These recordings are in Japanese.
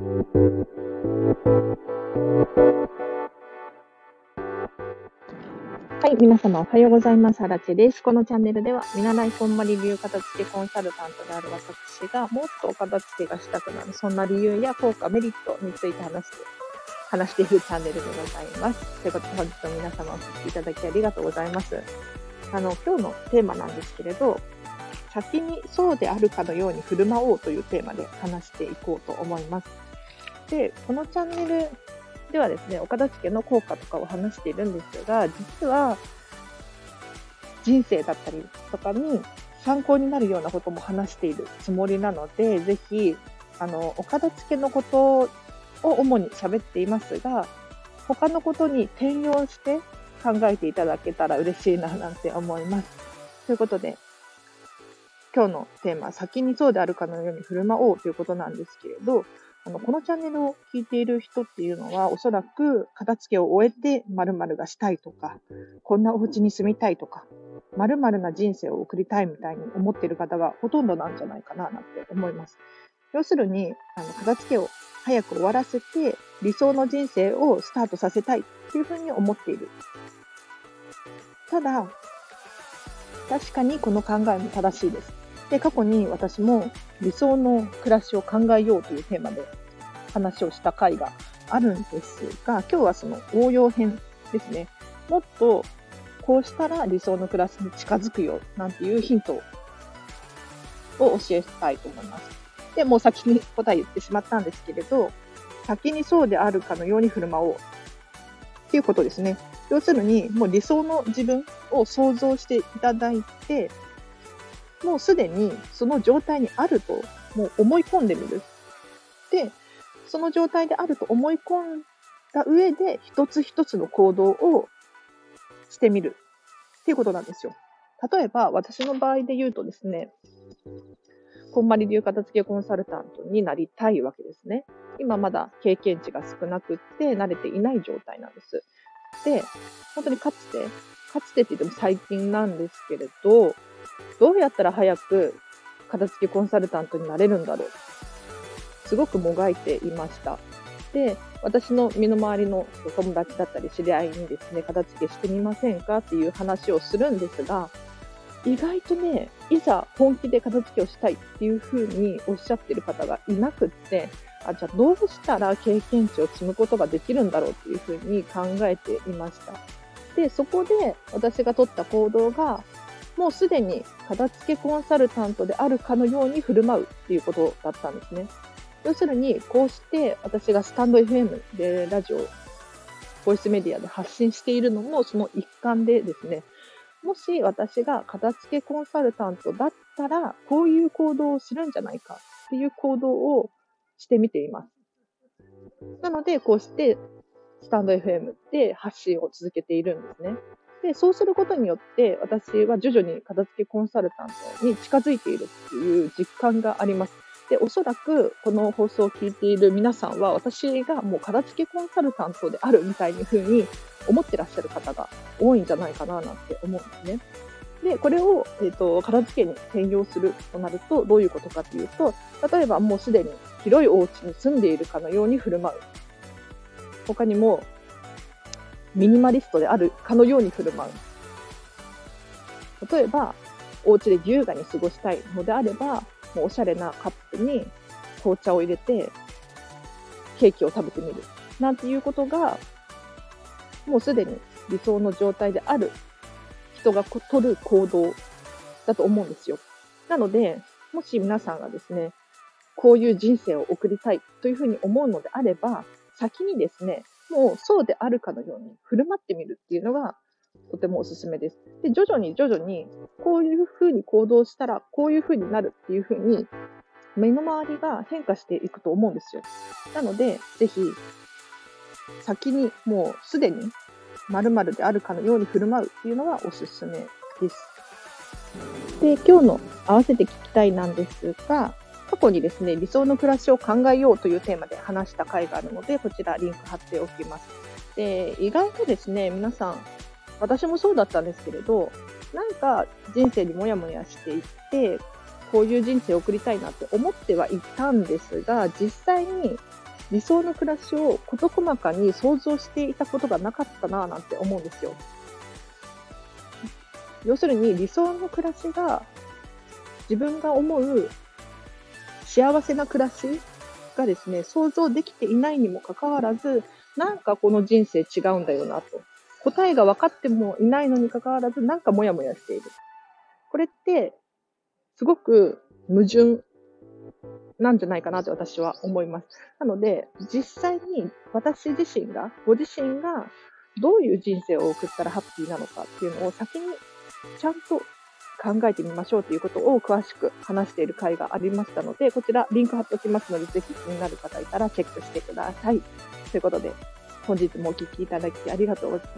はい、皆様おはようございます。荒地です。このチャンネルでは、見習いこんまり流片付けコンサルタントである私が、もっとお片付けがしたくなる、そんな理由や効果、メリットについて話しているチャンネルでございます。ということで、本日も皆様お聞きいただきありがとうございます。今日のテーマなんですけれど、先にそうであるかのように振る舞おうというテーマで話していこうと思います。で、このチャンネルではですね、お片付けの効果とかを話しているんですが、実は人生だったりとかに参考になるようなことも話しているつもりなので、ぜひお片付けのことを主に喋っていますが、他のことに転用して考えていただけたら嬉しいななんて思います。ということで、今日のテーマは先にそうであるかのように振る舞おうということなんですけれど、このチャンネルを聞いている人っていうのは、おそらく片付けを終えて〇〇がしたいとか、こんなお家に住みたいとか、〇〇な人生を送りたいみたいに思っている方がほとんどなんじゃないかななんて思います。要するに、片付けを早く終わらせて理想の人生をスタートさせたいっていうふうに思っている。ただ、確かにこの考えも正しいです。で、過去に私も理想の暮らしを考えようというテーマで話をした回があるんですが、今日はその応用編ですね。もっとこうしたら理想の暮らしに近づくよなんていうヒントを教えたいと思います。で、もう先に答え言ってしまったんですけれど、先にそうであるかのように振る舞おうっていうことですね。要するに、もう理想の自分を想像していただいて、もうすでにその状態にあるともう思い込んでみる。で、その状態であると思い込んだ上で一つ一つの行動をしてみるっていうことなんですよ。例えば私の場合で言うとですね、こんまり流片付けコンサルタントになりたいわけですね。今まだ経験値が少なくって慣れていない状態なんです。で、本当にかつてって言っても最近なんですけれど、どうやったら早く片付けコンサルタントになれるんだろう。すごくもがいていました。で、私の身の回りの友達だったり知り合いにですね、片付けしてみませんかっていう話をするんですが、意外とね、いざ本気で片付けをしたいっていうふうにおっしゃってる方がいなくって、じゃあどうしたら経験値を積むことができるんだろうっていうふうに考えていました。で、そこで私が取った行動が、もうすでに片付けコンサルタントであるかのように振る舞うっていうことだったんですね。要するに、こうして私がスタンド FM でラジオ、ボイスメディアで発信しているのもその一環でですね、もし私が片付けコンサルタントだったら、こういう行動をするんじゃないかっていう行動をしてみています。なので、こうしてスタンド FM で発信を続けているんですね。で、そうすることによって、私は徐々に片付けコンサルタントに近づいているっていう実感があります。で、おそらくこの放送を聞いている皆さんは、私がもう片付けコンサルタントであるみたいに風に思ってらっしゃる方が多いんじゃないかななんて思うんですね。で、これを、片付けに転用するとなると、どういうことかというと、例えばもうすでに広いお家に住んでいるかのように振る舞う。他にも、ミニマリストであるかのように振る舞う。例えば、お家で優雅に過ごしたいのであれば、もうおしゃれなカップに紅茶を入れて、ケーキを食べてみる。なんていうことが、もうすでに理想の状態である人が取る行動だと思うんですよ。なので、もし皆さんがですね、こういう人生を送りたいというふうに思うのであれば、先にですね、もうそうであるかのように振る舞ってみるっていうのがとてもおすすめです。で、徐々にこういうふうに行動したらこういうふうになるっていうふうに身の回りが変化していくと思うんですよ。なので、ぜひ先にもうすでに〇〇であるかのように振る舞うっていうのがおすすめです。で、今日の合わせて聞きたいなんですが、過去にですね、理想の暮らしを考えようというテーマで話した回があるので、こちらリンク貼っておきます。で、意外とですね、皆さん、私もそうだったんですけれど、なんか人生にモヤモヤしていって、こういう人生を送りたいなって思ってはいたんですが、実際に理想の暮らしを事細かに想像していたことがなかったなぁなんて思うんですよ。要するに理想の暮らしが自分が思う幸せな暮らしがですね、想像できていないにもかかわらず、なんかこの人生違うんだよなと。答えが分かってもいないのにかかわらず、なんかモヤモヤしている。これって、すごく矛盾なんじゃないかなと私は思います。なので、実際に私自身が、ご自身がどういう人生を送ったらハッピーなのかっていうのを先にちゃんと考えてみましょうということを詳しく話している回がありましたので、こちらリンク貼っておきますので、ぜひ気になる方いたらチェックしてください。ということで、本日もお聞きいただきありがとうございます。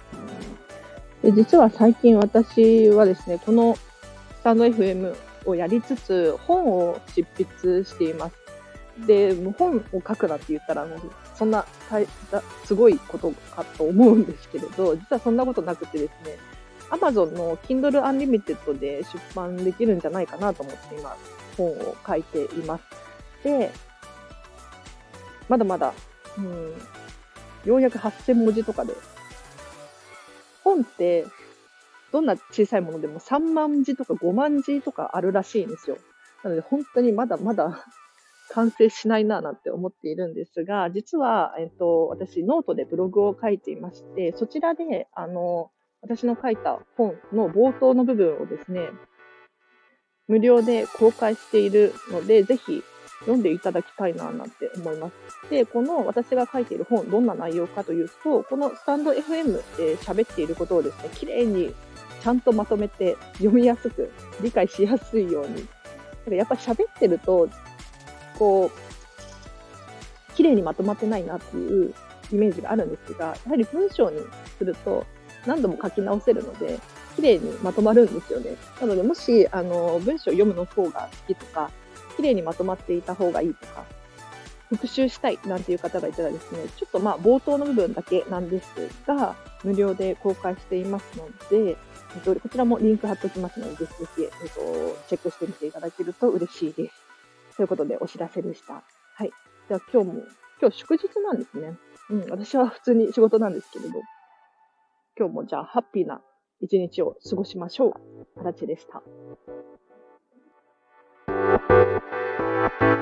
で、実は最近私はですね、このスタンド FM をやりつつ、本を執筆しています。で、もう本を書くなって言ったら、そんなすごいことかと思うんですけれど、実はそんなことなくてですね、Amazon の Kindle Unlimited で出版できるんじゃないかなと思って今、本を書いています。で、まだまだ、ようやく8000文字とかで、本ってどんな小さいものでも3万字とか5万字とかあるらしいんですよ。なので本当にまだまだ完成しないななんて思っているんですが、実は、私ノートでブログを書いていまして、そちらで、私の書いた本の冒頭の部分をですね、無料で公開しているので、ぜひ読んでいただきたいななんて思います。で、この私が書いている本、どんな内容かというと、このスタンド FM で喋っていることをですね、綺麗にちゃんとまとめて読みやすく、理解しやすいように。やっぱり喋ってると、こう、綺麗にまとまってないなっていうイメージがあるんですが、やはり文章にすると何度も書き直せるので、綺麗にまとまるんですよね。なので、もし、文章を読むの方が好きとか、綺麗にまとまっていた方がいいとか、復習したいなんていう方がいたらですね、ちょっと冒頭の部分だけなんですが、無料で公開していますので、こちらもリンク貼っておきますので、ぜひぜひ、チェックしてみていただけると嬉しいです。ということで、お知らせでした。はい。じゃあ今日祝日なんですね。私は普通に仕事なんですけれど、今日もじゃあハッピーな一日を過ごしましょう。あらちでした。